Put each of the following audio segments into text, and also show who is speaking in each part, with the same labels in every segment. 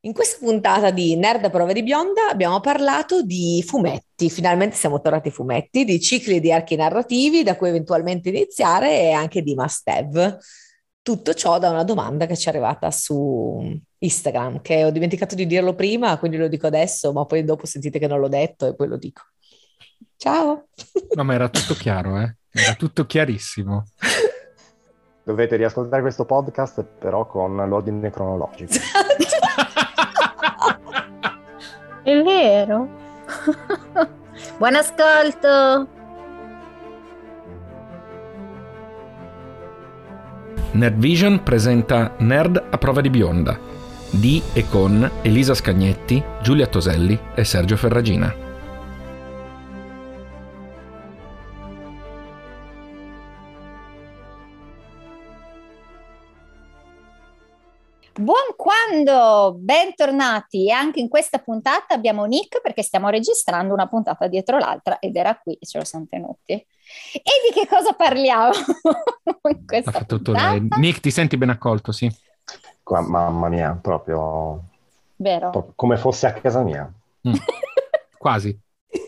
Speaker 1: In questa puntata di Nerd a prova di bionda abbiamo parlato di fumetti, finalmente siamo tornati ai fumetti, di cicli di archi narrativi da cui eventualmente iniziare e anche di must have. Tutto ciò da una domanda che ci è arrivata su Instagram, che ho dimenticato di dirlo prima, quindi lo dico adesso, ma poi dopo sentite che non l'ho detto e poi lo dico. Ciao!
Speaker 2: No, ma era tutto chiaro, eh? Era tutto chiarissimo.
Speaker 3: Dovete riascoltare questo podcast però con l'ordine cronologico.
Speaker 4: È vero. Buon ascolto.
Speaker 2: Nerd Vision presenta Nerd a prova di bionda di e con Elisa Scagnetti, Giulia Toselli e Sergio Ferragina.
Speaker 4: Buon quando, bentornati. E anche in questa puntata abbiamo Nick perché stiamo registrando una puntata dietro l'altra ed era qui e ce lo siamo tenuti. E di che cosa parliamo in questa
Speaker 2: Ha fatto tutto
Speaker 4: puntata?
Speaker 2: lei. Nick, ti senti ben accolto, sì?
Speaker 3: Mamma mia, proprio
Speaker 4: Vero?
Speaker 3: come fosse a casa mia.
Speaker 2: Quasi.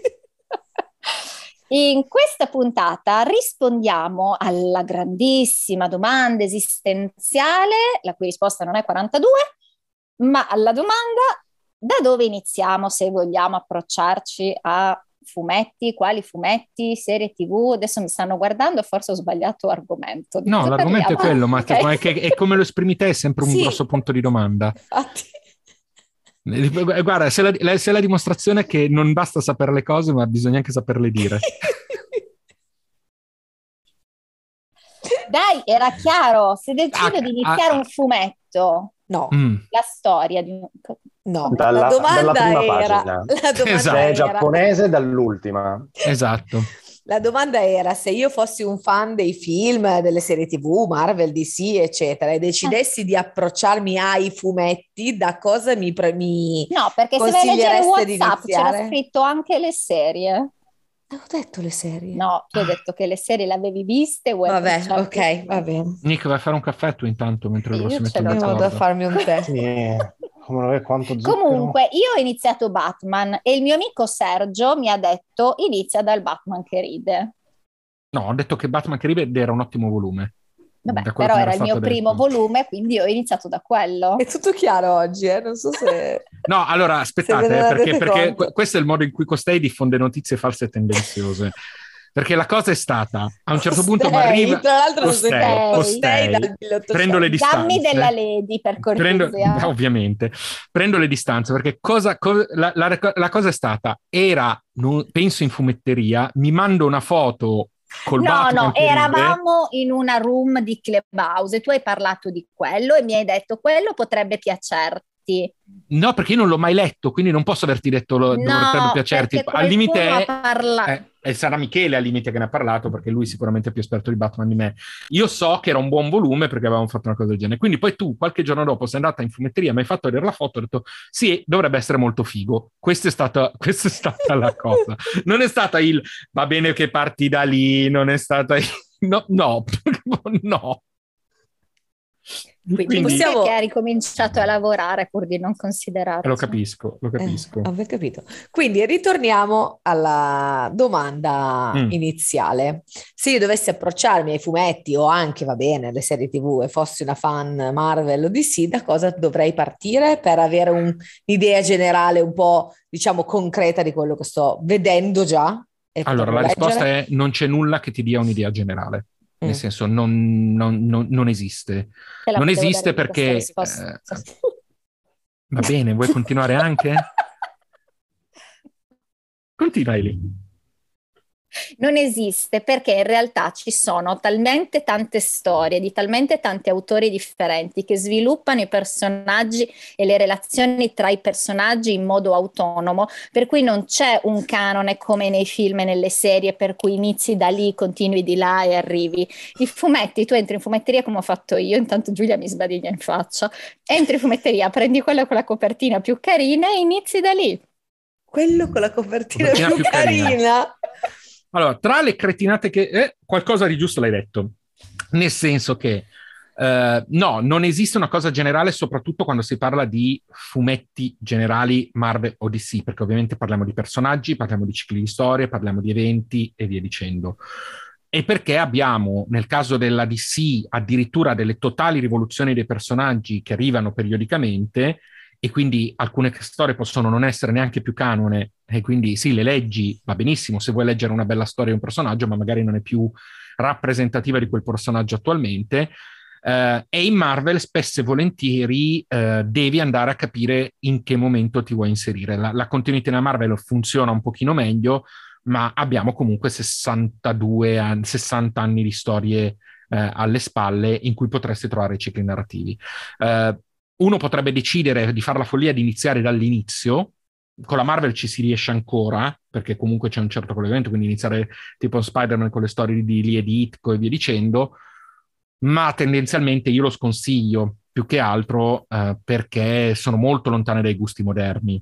Speaker 4: In questa puntata rispondiamo alla grandissima domanda esistenziale, la cui risposta non è 42, ma alla domanda: da dove iniziamo se vogliamo approcciarci a fumetti, quali fumetti, serie TV? Adesso mi stanno guardando, forse ho sbagliato argomento. Di
Speaker 2: No,
Speaker 4: cosa
Speaker 2: l'argomento è
Speaker 4: parliamo?
Speaker 2: quello, ma
Speaker 4: Ok.
Speaker 2: è come lo esprimi te, è sempre un
Speaker 1: Sì.
Speaker 2: grosso punto di domanda.
Speaker 1: Infatti.
Speaker 2: Guarda, se la dimostrazione che non basta sapere le cose, ma bisogna anche saperle dire.
Speaker 4: Dai, era chiaro, se decido di iniziare un fumetto,
Speaker 1: No,
Speaker 4: la storia di un...
Speaker 1: no,
Speaker 3: Dalla
Speaker 1: la domanda
Speaker 3: prima
Speaker 1: era,
Speaker 3: pagina.
Speaker 1: la domanda
Speaker 2: Esatto.
Speaker 3: Se è
Speaker 1: era,
Speaker 3: giapponese dall'ultima.
Speaker 2: Esatto.
Speaker 1: la domanda era se io fossi un fan dei film, delle serie TV, Marvel, DC, eccetera, e decidessi di approcciarmi ai fumetti, da cosa mi
Speaker 4: No, perché se vai a leggere
Speaker 1: consigliereste di
Speaker 4: WhatsApp c'era
Speaker 1: iniziare?
Speaker 4: scritto anche le serie.
Speaker 1: Ho detto le serie.
Speaker 4: No, tu hai detto che le serie le avevi viste, vuoi
Speaker 1: Vabbè,
Speaker 4: approcciarti?
Speaker 1: ok, va bene.
Speaker 2: Nick, vai a fare un caffè tu intanto mentre
Speaker 4: Sì,
Speaker 2: loro si
Speaker 4: io ce
Speaker 2: mettono
Speaker 4: l'ho
Speaker 1: Io
Speaker 4: già.
Speaker 1: vado a
Speaker 2: d'accordo.
Speaker 1: farmi un tè.
Speaker 3: Sì, come lo è, quanto zucchero.
Speaker 4: Comunque, io ho iniziato Batman e il mio amico Sergio mi ha detto: inizia dal Batman che ride.
Speaker 2: No, ho detto che Batman che ride era un ottimo volume.
Speaker 4: Vabbè,
Speaker 2: Da quello
Speaker 4: però
Speaker 2: che mi
Speaker 4: era il mio
Speaker 2: stato
Speaker 4: primo
Speaker 2: detto.
Speaker 4: volume, quindi ho iniziato da quello.
Speaker 1: È tutto chiaro oggi, non so se...
Speaker 2: No, allora
Speaker 1: Se ve
Speaker 2: aspettate,
Speaker 1: ne rendete
Speaker 2: perché
Speaker 1: conto.
Speaker 2: questo è il modo in cui costei diffonde notizie false e tendenziose. Perché la cosa è stata, a un certo punto mi arriva...
Speaker 1: Tra l'altro non so
Speaker 4: Costei.
Speaker 1: Costei dal
Speaker 2: prendo le
Speaker 1: 1800.
Speaker 2: distanze.
Speaker 4: Dammi della Lady, per cortesia.
Speaker 2: Ovviamente, prendo le distanze, perché la cosa è stata, penso in fumetteria, mi mando una foto col Batman
Speaker 4: No,
Speaker 2: che ride.
Speaker 4: eravamo in una room di Clubhouse e tu hai parlato di quello e mi hai detto quello potrebbe piacerti.
Speaker 2: No, perché io non l'ho mai letto, quindi non posso averti detto dovrebbe piacerti.
Speaker 4: Perché
Speaker 2: Al limite
Speaker 4: qualcuno ha parlato.
Speaker 2: e sarà Michele al limite che ne ha parlato, perché lui sicuramente è più esperto di Batman di me. Io so che era un buon volume perché avevamo fatto una cosa del genere. Quindi poi tu, qualche giorno dopo, sei andata in fumetteria, mi hai fatto vedere la foto e ho detto sì, dovrebbe essere molto figo. Questa è stata la cosa. Non è stata il va bene che parti da lì, non è stata no, no.
Speaker 4: Quindi
Speaker 1: possiamo...
Speaker 4: che ha ricominciato a lavorare pur di non considerarci.
Speaker 2: Lo capisco.
Speaker 1: Aver capito. Quindi ritorniamo alla domanda iniziale. Se io dovessi approcciarmi ai fumetti o anche, va bene, alle serie TV e fossi una fan Marvel o DC, da cosa dovrei partire per avere un'idea generale un po', diciamo, concreta di quello che sto vedendo già?
Speaker 2: Allora, la risposta è non c'è nulla che ti dia un'idea generale. Nel senso, non esiste. Non esiste perché... va bene, vuoi continuare anche? Continua, Eli.
Speaker 4: Non esiste perché in realtà ci sono talmente tante storie di talmente tanti autori differenti che sviluppano i personaggi e le relazioni tra i personaggi in modo autonomo, per cui non c'è un canone come nei film e nelle serie per cui inizi da lì, continui di là e arrivi. I fumetti, tu entri in fumetteria come ho fatto io, intanto Giulia mi sbadiglia in faccia, entri in fumetteria, prendi quello con la copertina più carina e inizi da lì.
Speaker 1: Quello con la copertina più carina.
Speaker 2: Allora, tra le cretinate che... qualcosa di giusto l'hai detto. Nel senso che No, non esiste una cosa generale, soprattutto quando si parla di fumetti generali Marvel o DC, perché ovviamente parliamo di personaggi, parliamo di cicli di storie, parliamo di eventi e via dicendo. E perché abbiamo, nel caso della DC, addirittura delle totali rivoluzioni dei personaggi che arrivano periodicamente, e quindi alcune storie possono non essere neanche più canone, e quindi sì, le leggi, va benissimo se vuoi leggere una bella storia di un personaggio, ma magari non è più rappresentativa di quel personaggio attualmente. E in Marvel spesso e volentieri devi andare a capire in che momento ti vuoi inserire. La continuità nella Marvel funziona un pochino meglio, ma abbiamo comunque 62 anni, 60 anni di storie alle spalle in cui potresti trovare cicli narrativi. Uno potrebbe decidere di fare la follia di iniziare dall'inizio. Con la Marvel ci si riesce ancora, perché comunque c'è un certo collegamento, quindi iniziare tipo Spider-Man con le storie di Lee e di Hitko e via dicendo, ma tendenzialmente io lo sconsiglio più che altro perché sono molto lontane dai gusti moderni.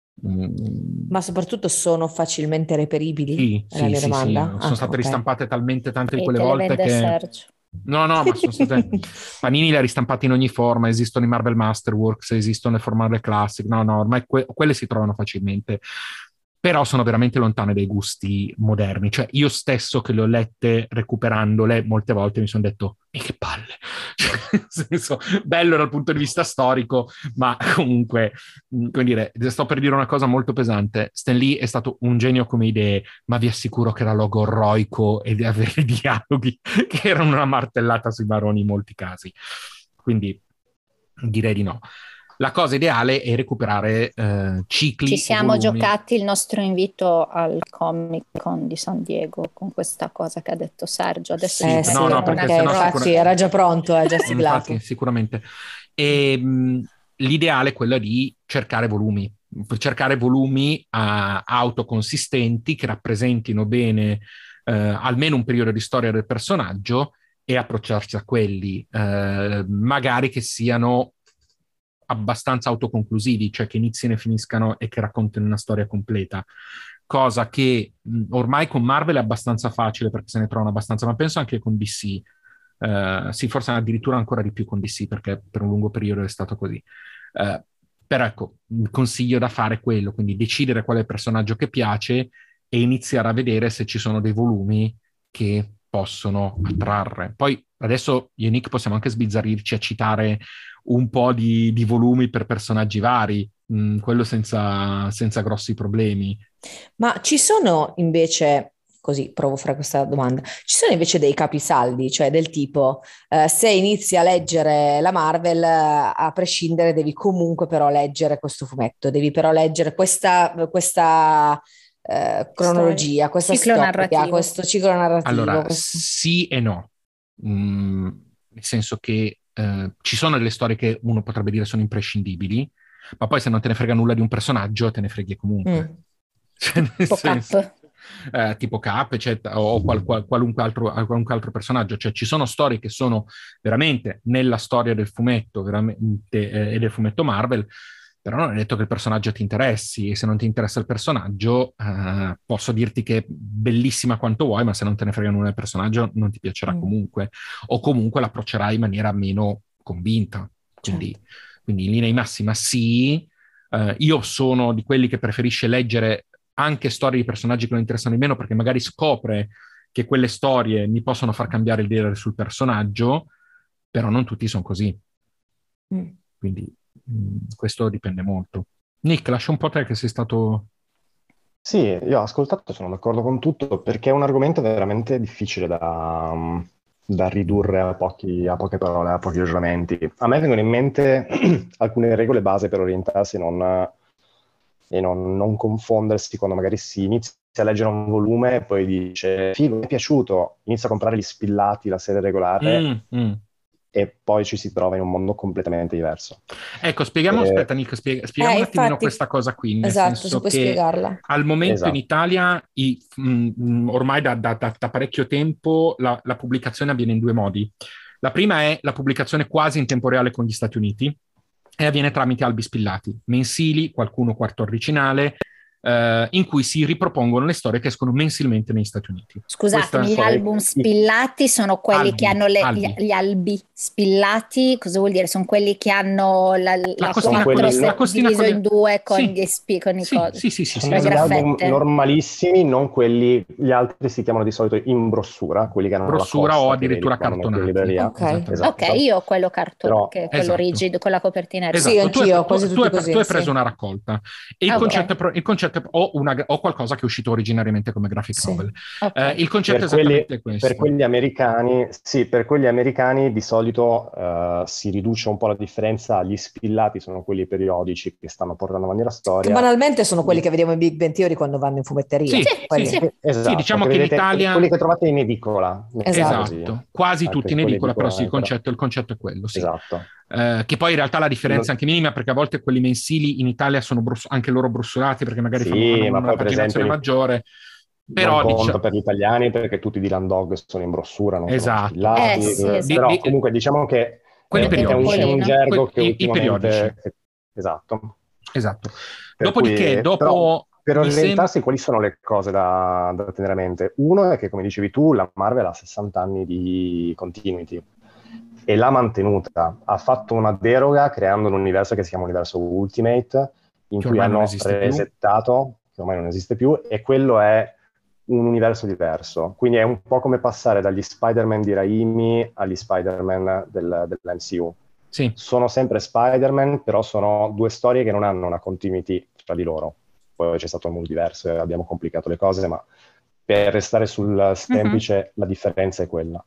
Speaker 1: Ma soprattutto sono facilmente reperibili?
Speaker 2: Sì,
Speaker 1: È la
Speaker 2: sì,
Speaker 1: mia
Speaker 2: sì, sì.
Speaker 1: domanda.
Speaker 2: Sono state
Speaker 1: Ok.
Speaker 2: ristampate talmente tante di
Speaker 4: E
Speaker 2: quelle
Speaker 4: te le
Speaker 2: volte
Speaker 4: vende
Speaker 2: che...
Speaker 4: Sergio.
Speaker 2: No, ma sono state... Panini le ha ristampate in ogni forma, esistono i Marvel Masterworks, esistono le Marvel Classic, no, ormai quelle si trovano facilmente, però sono veramente lontane dai gusti moderni. Cioè io stesso che le ho lette recuperandole molte volte mi sono detto, e che palle! Cioè, nel senso, bello dal punto di vista storico, ma comunque, come dire, sto per dire una cosa molto pesante. Stan Lee è stato un genio come idee, ma vi assicuro che era logorroico e di avere dialoghi che erano una martellata sui baroni in molti casi. Quindi direi di no. La cosa ideale è recuperare cicli.
Speaker 4: Ci siamo
Speaker 2: volumi.
Speaker 4: giocati il nostro invito al Comic Con di San Diego con questa cosa che ha detto Sergio. Adesso
Speaker 2: Sì,
Speaker 1: sì,
Speaker 2: no, perché
Speaker 1: perché
Speaker 2: sennò
Speaker 1: infatti era già pronto, è già siglato.
Speaker 2: Infatti, sicuramente. E l'ideale è quello di cercare volumi autoconsistenti che rappresentino bene almeno un periodo di storia del personaggio e approcciarsi a quelli, magari che siano abbastanza autoconclusivi, cioè che inizino e finiscano e che raccontino una storia completa. Cosa che ormai con Marvel è abbastanza facile perché se ne trovano abbastanza, ma penso anche con DC. Sì, forse addirittura ancora di più con DC perché per un lungo periodo è stato così. Però ecco, il consiglio da fare è quello, quindi decidere qual è il personaggio che piace e iniziare a vedere se ci sono dei volumi che possono attrarre. Poi adesso io e Nick possiamo anche sbizzarrirci a citare un po' di volumi per personaggi vari, quello senza grossi problemi.
Speaker 1: Ma ci sono invece, così provo a fare questa domanda, ci sono invece dei capisaldi, cioè del tipo se inizi a leggere la Marvel, a prescindere devi comunque però leggere questo fumetto, devi però leggere questa cronologia, questa
Speaker 4: Ciclo
Speaker 1: storia,
Speaker 4: narrativo.
Speaker 1: questo ciclo narrativo.
Speaker 2: Allora,
Speaker 1: questo...
Speaker 2: sì e no. Nel senso che ci sono delle storie che uno potrebbe dire sono imprescindibili, ma poi se non te ne frega nulla di un personaggio, te ne freghi comunque. Cioè, nel
Speaker 4: Tipo
Speaker 2: senso,
Speaker 4: Cap.
Speaker 2: tipo Cap, eccetera, o qualunque altro personaggio. Cioè, ci sono storie che sono veramente nella storia del fumetto veramente, e del fumetto Marvel, però non è detto che il personaggio ti interessi, e se non ti interessa il personaggio, posso dirti che è bellissima quanto vuoi, ma se non te ne frega nulla del personaggio non ti piacerà comunque, o comunque l'approccerai in maniera meno convinta. Quindi in linea di massima sì. Io sono di quelli che preferisce leggere anche storie di personaggi che non interessano di meno, perché magari scopre che quelle storie mi possono far cambiare idea sul personaggio, però non tutti sono così. Quindi questo dipende molto. Nick, lascia un po' te che sei stato...
Speaker 3: Sì, io ho ascoltato, sono d'accordo con tutto, perché è un argomento veramente difficile da ridurre a poche parole, a pochi ragionamenti. A me vengono in mente alcune regole base per orientarsi e non confondersi quando magari si inizia a leggere un volume e poi dice figo, mi è piaciuto, inizia a comprare gli spillati, la serie regolare e poi ci si trova in un mondo completamente diverso.
Speaker 2: Ecco, aspetta Nick, spieghiamo un attimino
Speaker 1: infatti,
Speaker 2: questa cosa qui, nel
Speaker 1: esatto,
Speaker 2: senso
Speaker 1: se puoi
Speaker 2: che
Speaker 1: spiegarla.
Speaker 2: al momento in
Speaker 3: Esatto.
Speaker 2: Italia, ormai da parecchio tempo, la pubblicazione avviene in due modi. La prima è la pubblicazione quasi in tempo reale con gli Stati Uniti e avviene tramite albi spillati, mensili, qualcuno quarto originale, in cui si ripropongono le storie che escono mensilmente negli Stati Uniti.
Speaker 4: Scusatemi, gli album spillati sono quelli che hanno gli albi spillati, cosa vuol dire? Sono quelli che hanno la costina diviso in due con gli con i cosi.
Speaker 2: Sì,
Speaker 3: sono gli album normalissimi, non quelli, gli altri si chiamano di solito in brossura, quelli che hanno
Speaker 2: brossura o addirittura cartonati.
Speaker 4: Ok, io ho quello cartonato, che è quello rigido con la copertina.
Speaker 1: Sì, anch'io, quasi tutti così.
Speaker 2: Tu hai preso una raccolta e il concetto o qualcosa che è uscito originariamente come graphic novel. Il concetto è esattamente questo.
Speaker 3: Per quegli americani di solito si riduce un po' la differenza. Gli spillati sono quelli periodici che stanno portando avanti la storia.
Speaker 1: Che banalmente sono quelli che vediamo in Big Bang Theory quando vanno in fumetteria.
Speaker 3: Esatto,
Speaker 2: diciamo che in Italia
Speaker 3: quelli che trovate in edicola.
Speaker 2: Esatto, quasi tutti in edicola, però sì, il concetto è quello. Sì.
Speaker 3: Esatto.
Speaker 2: Che poi in realtà la differenza è anche minima, perché a volte quelli mensili in Italia sono anche loro brossurati, perché magari fanno una paginazione maggiore. Però
Speaker 3: conta per gli italiani, perché tutti i Dylan Dog sono in brossura, non sono spillati. Però comunque diciamo che
Speaker 2: quelli periodici,
Speaker 3: è un gergo che ultimamente...
Speaker 2: Esatto.
Speaker 3: Dopodiché, per orientarsi, quali sono le cose da tenere a mente? Uno è che, come dicevi tu, la Marvel ha 60 anni di continuity e l'ha mantenuta. Ha fatto una deroga creando un universo che si chiama Universo Ultimate, in cui hanno resettato, che ormai non esiste più, e quello è un universo diverso. Quindi è un po' come passare dagli Spider-Man di Raimi agli Spider-Man dell'MCU.
Speaker 2: Sì.
Speaker 3: Sono sempre Spider-Man, però sono due storie che non hanno una continuity tra di loro. Poi c'è stato un multiverso e abbiamo complicato le cose, ma per restare sul semplice la differenza è quella.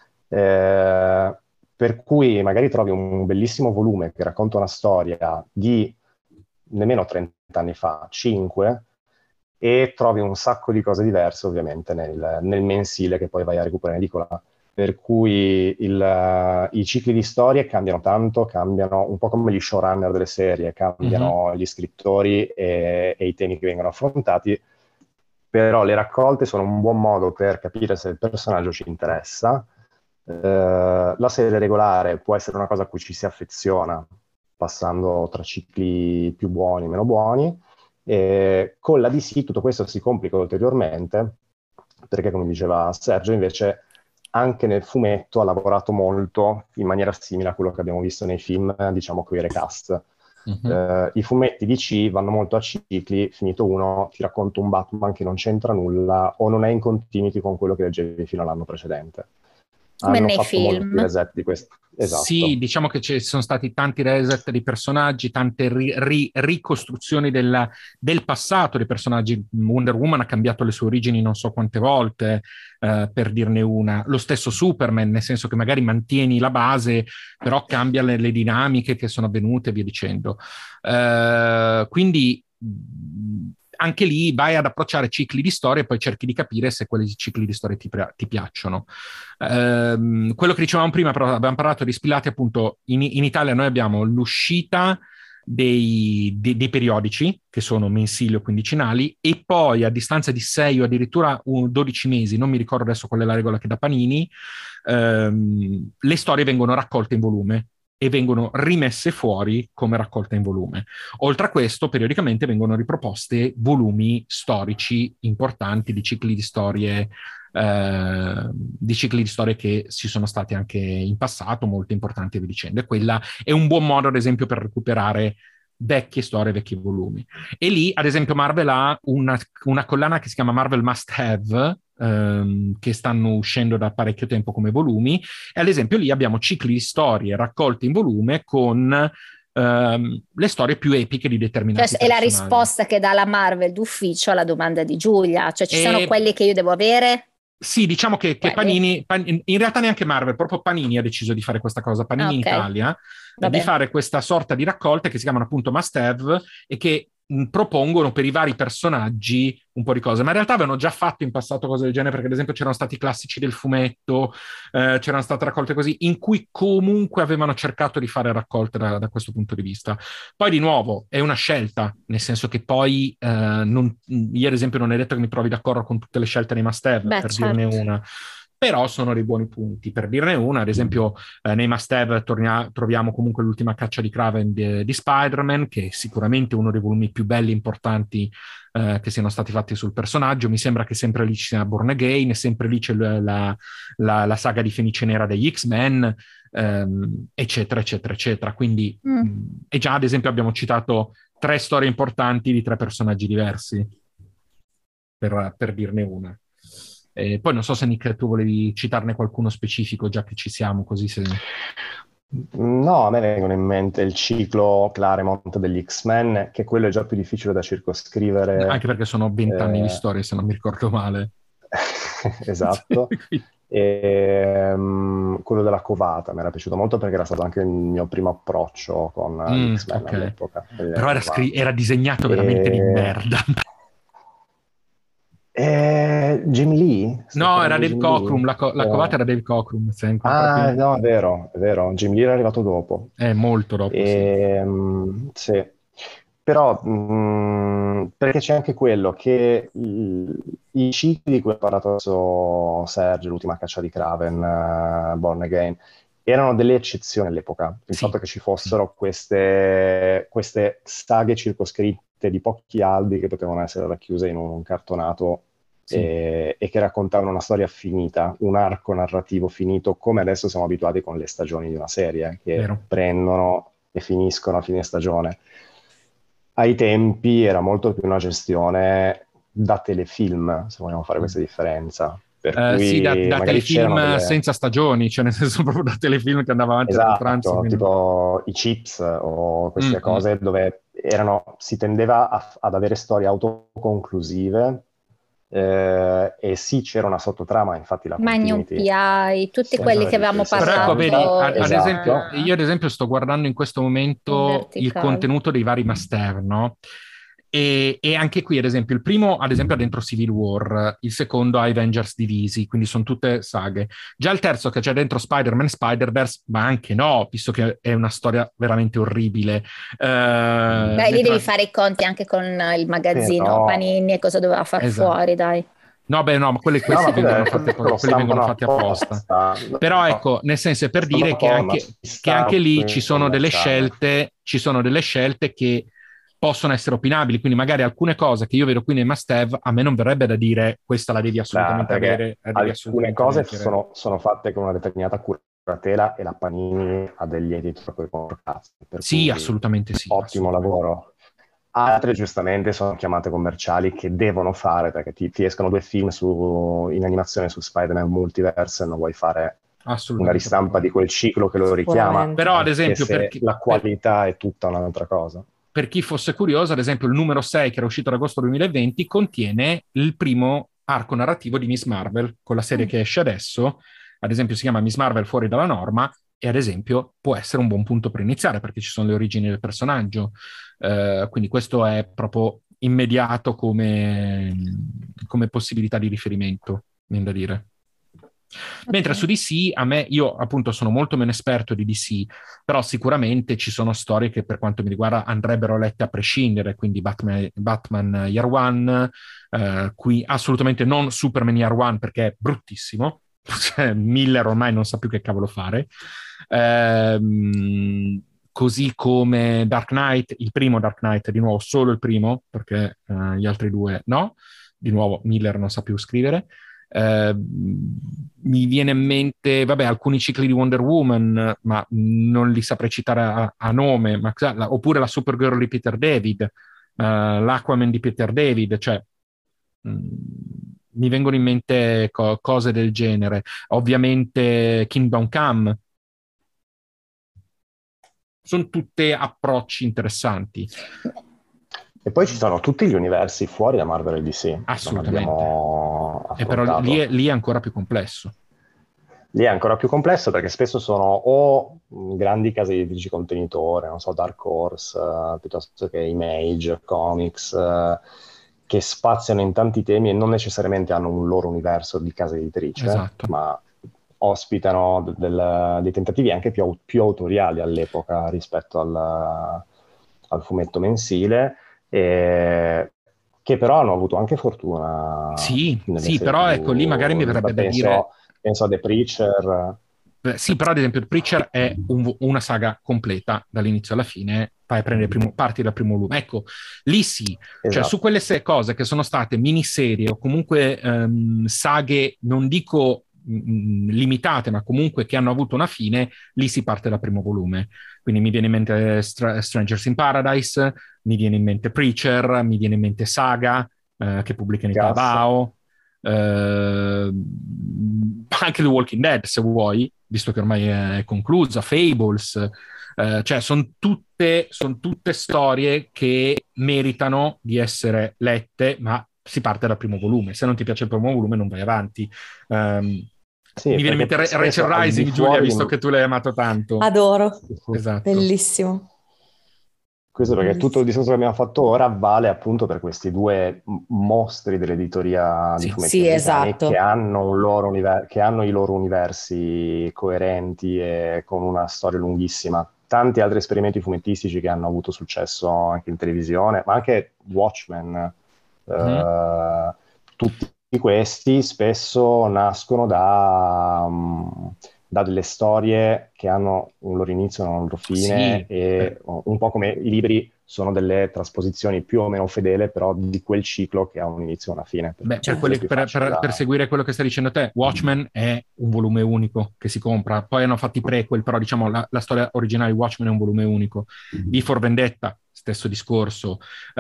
Speaker 3: Per cui magari trovi un bellissimo volume che racconta una storia di nemmeno 30 anni fa, 5, e trovi un sacco di cose diverse ovviamente nel mensile che poi vai a recuperare in edicola. Per cui i cicli di storie cambiano tanto, cambiano un po' come gli showrunner delle serie, cambiano gli scrittori e i temi che vengono affrontati, però le raccolte sono un buon modo per capire se il personaggio ci interessa. La serie regolare può essere una cosa a cui ci si affeziona, passando tra cicli più buoni, meno buoni. Con la DC tutto questo si complica ulteriormente, perché come diceva Sergio, invece anche nel fumetto ha lavorato molto in maniera simile a quello che abbiamo visto nei film, diciamo con i recast. I fumetti DC vanno molto a cicli, finito uno ti racconto un Batman che non c'entra nulla o non è in continuity con quello che leggevi fino all'anno precedente.
Speaker 4: Come
Speaker 3: hanno
Speaker 4: nei
Speaker 3: fatto
Speaker 4: film.
Speaker 3: molti reset di questo. Esatto.
Speaker 2: Sì, diciamo che ci sono stati tanti reset di personaggi, tante ricostruzioni del passato dei personaggi. Wonder Woman ha cambiato le sue origini non so quante volte, per dirne una. Lo stesso Superman, nel senso che magari mantieni la base, però cambia le dinamiche che sono avvenute e via dicendo. Quindi anche lì vai ad approcciare cicli di storia e poi cerchi di capire se quei cicli di storia ti piacciono. Quello che dicevamo prima, però abbiamo parlato di spillati, appunto in Italia noi abbiamo l'uscita dei periodici che sono mensili o quindicinali, e poi a distanza di 6 o addirittura 12 mesi, non mi ricordo adesso qual è la regola che dà Panini, le storie vengono raccolte in volume e vengono rimesse fuori come raccolta in volume. Oltre a questo, periodicamente vengono riproposte volumi storici importanti di cicli di storie che ci sono stati anche in passato, molto importanti e via dicendo. E quella è un buon modo, ad esempio, per recuperare vecchie storie, vecchi volumi. E lì, ad esempio, Marvel ha una collana che si chiama Marvel Must Have, che stanno uscendo da parecchio tempo come volumi, e ad esempio lì abbiamo cicli di storie raccolte in volume con le storie più epiche di determinati personaggi.
Speaker 4: È la risposta che dà la Marvel d'ufficio alla domanda di Giulia, cioè ci sono quelli che io devo avere?
Speaker 2: Sì, diciamo che Panini, in realtà neanche Marvel, proprio Panini ha deciso di fare questa cosa, Panini in Italia, di fare questa sorta di raccolte che si chiamano appunto Must Have e che propongono per i vari personaggi un po' di cose, ma in realtà avevano già fatto in passato cose del genere, perché ad esempio c'erano stati i classici del fumetto, c'erano state raccolte così, in cui comunque avevano cercato di fare raccolte da questo punto di vista. Poi di nuovo è una scelta, nel senso che poi io ad esempio non è detto che mi trovi d'accordo con tutte le scelte dei Must Have, dirne una. però sono dei buoni punti. Per dirne una, ad esempio, nei must-have troviamo comunque l'ultima caccia di Kraven di Spider-Man, che è sicuramente uno dei volumi più belli e importanti che siano stati fatti sul personaggio. Mi sembra che sempre lì ci sia Born Again, sempre lì c'è la saga di Fenice Nera degli X-Men, eccetera, eccetera, eccetera. Quindi, e già ad esempio abbiamo citato 3 storie importanti di 3 personaggi diversi, per dirne una. Poi non so se Nick tu volevi citarne qualcuno specifico, già che ci siamo, così se...
Speaker 3: No, a me vengono in mente il ciclo Claremont degli X-Men, che quello è già più difficile da circoscrivere.
Speaker 2: Anche perché sono 20 anni di storia, se non mi ricordo male.
Speaker 3: Esatto. Quello della Covata mi era piaciuto molto perché era stato anche il mio primo approccio con gli X-Men all'epoca.
Speaker 2: Però era disegnato veramente di merda.
Speaker 3: Jim Lee?
Speaker 2: No, era Dave Cockrum, la Covata era Dave Cockrum.
Speaker 3: No, è vero, Jim Lee era arrivato dopo.
Speaker 2: Molto dopo,
Speaker 3: sì. Però, perché c'è anche quello che i cicli di cui ha parlato adesso Sergio, l'ultima caccia di Kraven, Born Again, erano delle eccezioni all'epoca. Il fatto che ci fossero queste saghe circoscritte di pochi albi che potevano essere racchiuse in un cartonato e che raccontavano una storia finita, un arco narrativo finito, come adesso siamo abituati con le stagioni di una serie, che prendono e finiscono a fine stagione. Ai tempi era molto più una gestione da telefilm, se vogliamo fare questa differenza. Per cui
Speaker 2: sì, da telefilm senza stagioni, cioè nel senso proprio da telefilm che andava avanti
Speaker 3: a
Speaker 2: pranzo.
Speaker 3: Tipo i Chips o queste cose dove si tendeva ad avere storie autoconclusive, e sì, c'era una sottotrama, infatti la
Speaker 4: Magnum P.I., tutti quelli che avevamo parlato.
Speaker 2: Però ecco, vedi, ad esempio, io ad esempio sto guardando in questo momento il contenuto dei vari master, no? E anche qui, ad esempio, il primo, ad esempio, ha dentro Civil War, il secondo ha Avengers divisi, quindi sono tutte saghe. Già il terzo che c'è dentro Spider-Man Spider-Verse, ma anche no, visto che è una storia veramente orribile.
Speaker 4: Lì devi fare i conti anche con il magazzino Panini e cosa doveva far fuori, dai.
Speaker 2: No, ma questi vengono fatti apposta. Però ecco, nel senso è per dire che anche lì ci sono delle scelte che possono essere opinabili, quindi magari alcune cose che io vedo qui nei must have, a me non verrebbe da dire questa la devi assolutamente avere.
Speaker 3: Alcune cose sono fatte con una determinata curatela e la Panini ha degli editor con i porcazzi.
Speaker 2: Sì, assolutamente sì.
Speaker 3: Ottimo lavoro. Altre giustamente sono chiamate commerciali che devono fare, perché ti escono 2 film in animazione su Spider-Man Multiverse e non vuoi fare una ristampa di quel ciclo che lo richiama.
Speaker 2: Però ad esempio
Speaker 3: la qualità è tutta un'altra cosa.
Speaker 2: Per chi fosse curioso, ad esempio il numero 6 che era uscito ad agosto 2020 contiene il primo arco narrativo di Miss Marvel con la serie che esce adesso. Ad esempio si chiama Miss Marvel fuori dalla norma e ad esempio può essere un buon punto per iniziare perché ci sono le origini del personaggio. Quindi questo è proprio immediato come possibilità di riferimento, viene da dire. Mentre su DC, io appunto sono molto meno esperto di DC, però sicuramente ci sono storie che per quanto mi riguarda andrebbero lette a prescindere, quindi Batman Year One, qui assolutamente non Superman Year One perché è bruttissimo, Miller ormai non sa più che cavolo fare, così come Dark Knight, il primo Dark Knight, di nuovo solo il primo, perché gli altri 2 no, di nuovo Miller non sa più scrivere. Mi viene in mente, alcuni cicli di Wonder Woman, ma non li saprei citare a nome, oppure la Supergirl di Peter David, l'Aquaman di Peter David, cioè mi vengono in mente cose del genere. Ovviamente Kingdom Come. Sono tutti approcci interessanti.
Speaker 3: E poi ci sono tutti gli universi fuori da Marvel e DC.
Speaker 2: Assolutamente. E però lì è ancora più complesso.
Speaker 3: Lì è ancora più complesso perché spesso sono o grandi case editrici contenitore, non so, Dark Horse, piuttosto che Image, Comics, che spaziano in tanti temi e non necessariamente hanno un loro universo di casa editrice, ma ospitano dei tentativi anche più autoriali all'epoca rispetto al fumetto mensile, che però hanno avuto anche fortuna.
Speaker 2: Sì, però ecco, lì magari mi verrebbe da dire
Speaker 3: penso a The Preacher.
Speaker 2: Sì, però ad esempio The Preacher è una saga completa dall'inizio alla fine, vai a prendere parti dal primo volume. Ecco, lì sì, cioè su quelle cose che sono state miniserie o comunque saghe, non dico limitate, ma comunque che hanno avuto una fine, lì si parte dal primo volume. Quindi mi viene in mente Strangers in Paradise, mi viene in mente Preacher, mi viene in mente Saga, che pubblica in Italia Bao, anche The Walking Dead, se vuoi, visto che ormai è conclusa, Fables, cioè sono tutte storie che meritano di essere lette, ma si parte dal primo volume. Se non ti piace il primo volume non vai avanti.
Speaker 3: Sì,
Speaker 2: mi viene in mente Rachel Rising, Giulia, visto che tu l'hai amato tanto.
Speaker 1: Adoro,
Speaker 2: esatto.
Speaker 1: Bellissimo.
Speaker 3: Questo perché tutto il discorso che abbiamo fatto ora vale appunto per questi due mostri dell'editoria di fumetti
Speaker 1: esatto.
Speaker 3: che hanno che hanno i loro universi coerenti e con una storia lunghissima. Tanti altri esperimenti fumettistici che hanno avuto successo anche in televisione, ma anche Watchmen. Tutti questi spesso nascono da delle storie che hanno un loro inizio e una loro fine, e un po' come i libri sono delle trasposizioni più o meno fedele, però di quel ciclo che ha un inizio e una fine.
Speaker 2: Per seguire quello che stai dicendo te, Watchmen è un volume unico che si compra, poi hanno fatto i prequel, però diciamo la storia originale di Watchmen è un volume unico. V for Vendetta, stesso discorso,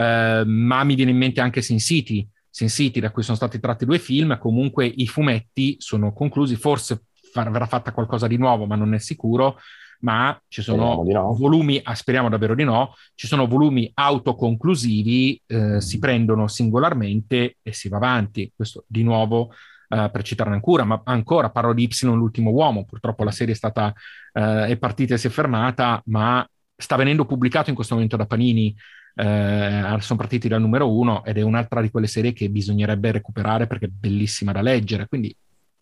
Speaker 2: ma mi viene in mente anche Sin City, da cui sono stati tratti 2 film. Comunque i fumetti sono conclusi, forse verrà fatta qualcosa di nuovo, ma non è sicuro, ma ci sono volumi, speriamo davvero di no, ci sono volumi autoconclusivi, si prendono singolarmente e si va avanti. Questo di nuovo per citarne ancora, parlo di Y, l'ultimo uomo, purtroppo la serie è partita e si è fermata, ma sta venendo pubblicato in questo momento da Panini. Sono partiti dal numero 1 ed è un'altra di quelle serie che bisognerebbe recuperare perché è bellissima da leggere, quindi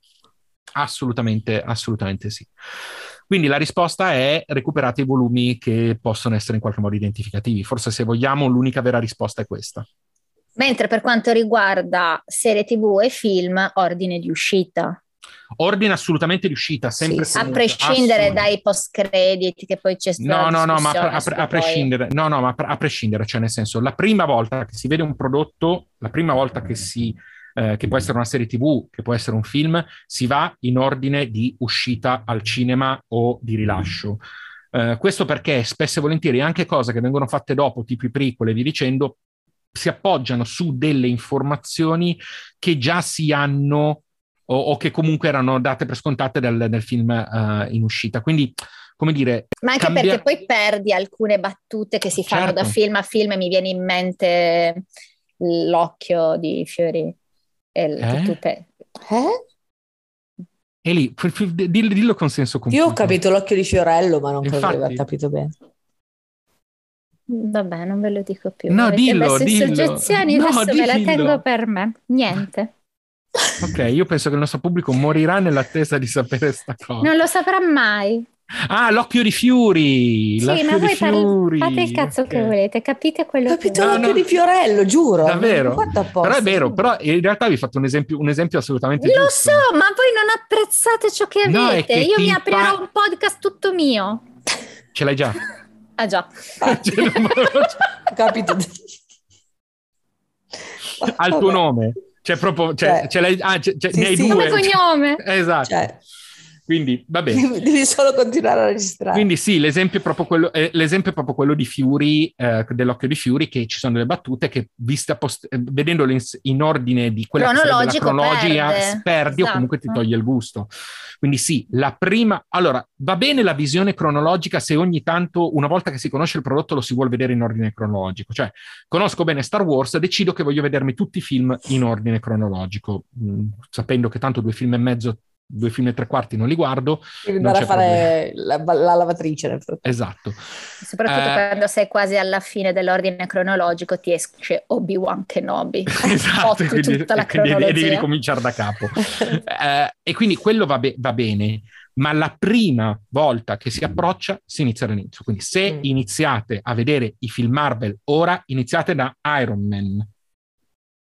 Speaker 2: assolutamente sì. Quindi la risposta è: recuperate i volumi che possono essere in qualche modo identificativi. Forse, se vogliamo, l'unica vera risposta è questa.
Speaker 4: Mentre per quanto riguarda serie TV e film, ordine di uscita.
Speaker 2: Ordine assolutamente di uscita, sempre
Speaker 4: a prescindere dai post-credit che poi c'è
Speaker 2: ma a prescindere, ma a prescindere, cioè nel senso, la prima volta che si vede un prodotto, la prima volta che può essere una serie TV, che può essere un film, si va in ordine di uscita al cinema o di rilascio. Questo perché spesso e volentieri anche cose che vengono fatte dopo, tipo i prequel e via dicendo, si appoggiano su delle informazioni che già si hanno o che comunque erano date per scontate nel film in uscita. Quindi, come dire...
Speaker 4: Ma anche perché poi perdi alcune battute che si fanno da film a film, e mi viene in mente l'occhio di Fiori.
Speaker 2: Eli, dillo con senso compiuto.
Speaker 1: Io ho capito l'occhio di Fiorello, ma non credo di aver capito bene.
Speaker 4: Vabbè, non ve lo dico più.
Speaker 2: No, dillo.
Speaker 4: Soggezioni, adesso me la tengo per me. Niente.
Speaker 2: Ok, io penso che il nostro pubblico morirà nell'attesa di sapere sta cosa.
Speaker 4: Non lo saprà mai.
Speaker 2: Ah, l'occhio di Fiori.
Speaker 4: Sì, ma voi fate il cazzo che volete, capite quello che
Speaker 1: volete. L'occhio di Fiorello, giuro.
Speaker 2: Davvero. Però è vero, però in realtà vi ho fatto un esempio assolutamente giusto.
Speaker 4: Lo so, ma voi non apprezzate ciò che avete. Io mi aprirò un podcast tutto mio.
Speaker 2: Ce l'hai già?
Speaker 4: Ah già.
Speaker 1: Capito.
Speaker 2: Al tuo nome. Cioè proprio, ce l'hai, ne hai 2.
Speaker 4: Come cognome.
Speaker 2: Esatto. Quindi, va bene.
Speaker 1: Devi solo continuare a registrare.
Speaker 2: Quindi sì, l'esempio è proprio quello di Fury, dell'occhio di Fury, che ci sono delle battute che, vedendole in ordine di quella cronologica, perdi, esatto. O comunque ti toglie il gusto. Quindi sì, allora, va bene la visione cronologica se ogni tanto, una volta che si conosce il prodotto, lo si vuole vedere in ordine cronologico. Cioè, conosco bene Star Wars, decido che voglio vedermi tutti i film in ordine cronologico, sapendo che tanto 2 film e mezzo, 2 film e 3/4 non li guardo.
Speaker 1: Devi andare a fare la lavatrice nel frattempo.
Speaker 2: Esatto.
Speaker 4: Soprattutto quando sei quasi alla fine dell'ordine cronologico, ti esce Obi-Wan Kenobi.
Speaker 2: Esatto, quindi devi ricominciare da capo. E quindi quello va bene, ma la prima volta che si approccia si inizia dall'inizio. Quindi se iniziate a vedere i film Marvel ora, iniziate da Iron Man.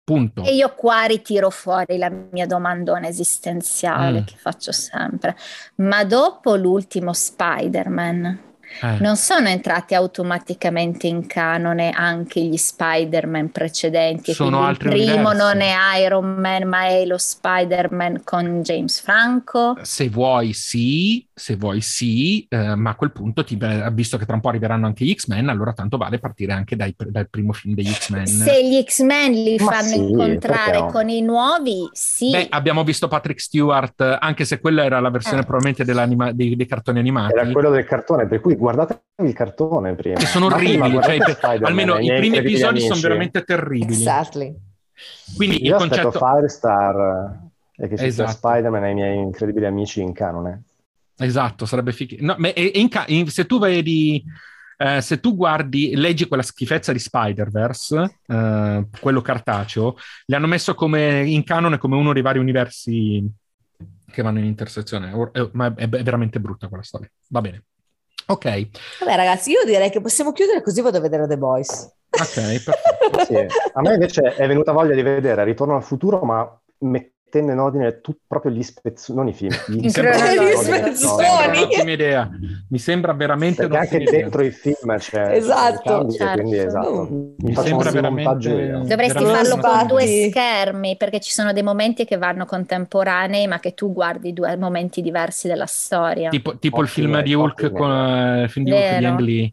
Speaker 2: Punto.
Speaker 4: E io qua ritiro fuori la mia domandona esistenziale che faccio sempre. Ma dopo l'ultimo Spider-Man, non sono entrati automaticamente in canone anche gli Spider-Man precedenti?
Speaker 2: Sono
Speaker 4: quindi
Speaker 2: altri
Speaker 4: il primo
Speaker 2: universi.
Speaker 4: non è Iron Man, ma è lo Spider-Man con James Franco?
Speaker 2: Se vuoi sì, ma a quel punto, visto che tra un po' arriveranno anche gli X-Men, allora tanto vale partire anche dal primo film degli X-Men.
Speaker 4: Se gli X-Men li
Speaker 3: Ma
Speaker 4: fanno
Speaker 3: sì,
Speaker 4: incontrare
Speaker 3: perché no?
Speaker 4: con i nuovi, sì.
Speaker 2: Beh, abbiamo visto Patrick Stewart, anche se quella era la versione probabilmente dei cartoni animati.
Speaker 3: Era quello del cartone, per cui guardate il cartone prima.
Speaker 2: Che sono
Speaker 3: Ma prima
Speaker 2: orribili,
Speaker 3: guardate
Speaker 2: cioè,
Speaker 3: Spider-Man,
Speaker 2: almeno i
Speaker 3: miei
Speaker 2: primi
Speaker 3: incredibili
Speaker 2: episodi sono
Speaker 3: amici.
Speaker 2: veramente terribili.
Speaker 1: Exactly.
Speaker 2: Quindi
Speaker 3: Io
Speaker 2: il concetto...
Speaker 3: aspetto Firestar e che ci sia
Speaker 2: Esatto.
Speaker 3: Spider-Man e i miei incredibili amici in canone.
Speaker 2: Esatto, sarebbe figo. No, se tu vedi, se tu leggi quella schifezza di Spider-Verse, quello cartaceo, li hanno messo in canone come uno dei vari universi che vanno in intersezione. Ma è veramente brutta quella storia. Va bene. Ok.
Speaker 1: Vabbè ragazzi, io direi che possiamo chiudere, così vado a vedere The Boys.
Speaker 2: Ok, perfetto.
Speaker 3: Sì. A me invece è venuta voglia di vedere Ritorno al futuro, ma mettendo in ordine proprio gli spezzoni, non i film.
Speaker 2: Mi sembra un'ottima idea. Mi sembra veramente
Speaker 3: perché anche dentro i film c'è
Speaker 1: esatto,
Speaker 3: cambi,
Speaker 4: certo.
Speaker 3: quindi esatto.
Speaker 2: Mi sembra veramente...
Speaker 4: Dovresti farlo con 2 schermi, perché ci sono dei momenti che vanno contemporanei, ma che tu guardi 2 momenti diversi della storia.
Speaker 2: Tipo il film di Hulk con il film di Hulk di Ang Lee.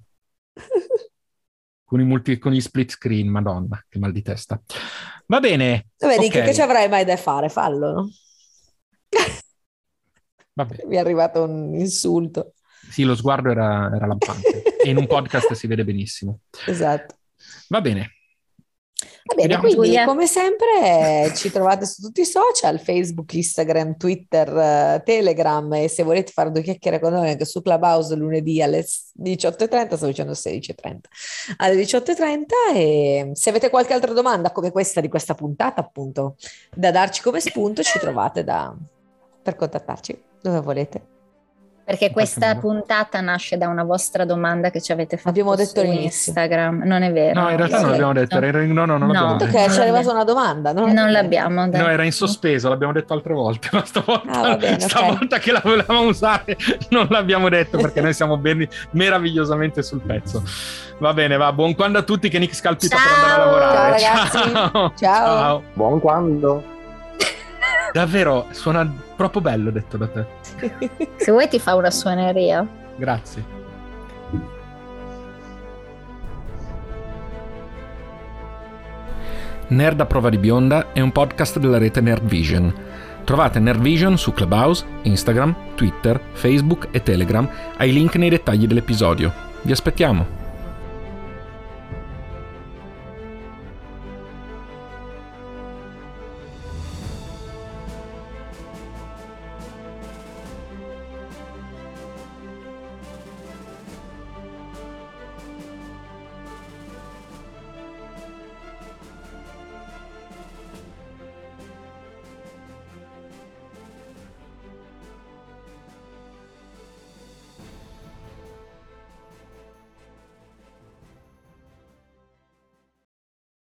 Speaker 2: Con gli split screen, madonna, che mal di testa. Va bene.
Speaker 1: Vabbè, okay. Che ci avrai mai da fare? Fallo, no?
Speaker 2: Vabbè.
Speaker 1: Mi è arrivato un insulto.
Speaker 2: Sì, lo sguardo era lampante. E in un podcast si vede benissimo.
Speaker 1: Esatto.
Speaker 2: Va bene.
Speaker 1: Va bene, quindi come sempre ci trovate su tutti i social, Facebook, Instagram, Twitter, Telegram, e se volete fare 2 chiacchiere con noi anche su Clubhouse lunedì alle 18:30, stavo dicendo 16:30, alle 18:30, e se avete qualche altra domanda come questa di questa puntata appunto da darci come spunto, ci trovate per contattarci dove volete.
Speaker 4: Perché questa puntata nasce da una vostra domanda che ci avete fatto.
Speaker 1: Abbiamo detto
Speaker 4: su
Speaker 1: all'inizio.
Speaker 4: Instagram, non è vero?
Speaker 2: No, in realtà non l'abbiamo detto. No, non l'abbiamo detto.
Speaker 1: Ok, ci è arrivata una domanda.
Speaker 4: Non l'abbiamo detto.
Speaker 2: No, era in sospeso, l'abbiamo detto altre volte, ma
Speaker 1: stavolta
Speaker 2: stavolta che la volevamo usare non l'abbiamo detto, perché noi siamo meravigliosamente sul pezzo. Va bene, buon quando a tutti, che Nick scalpita per andare a lavorare.
Speaker 1: Ciao ragazzi. Ciao.
Speaker 3: Buon quando.
Speaker 2: Davvero, suona proprio bello detto da te.
Speaker 4: Se vuoi ti fa una suoneria.
Speaker 2: Grazie. Nerd a prova di bionda è un podcast della rete Nerd Vision. Trovate Nerd Vision su Clubhouse, Instagram, Twitter, Facebook e Telegram, ai link nei dettagli dell'episodio. Vi aspettiamo!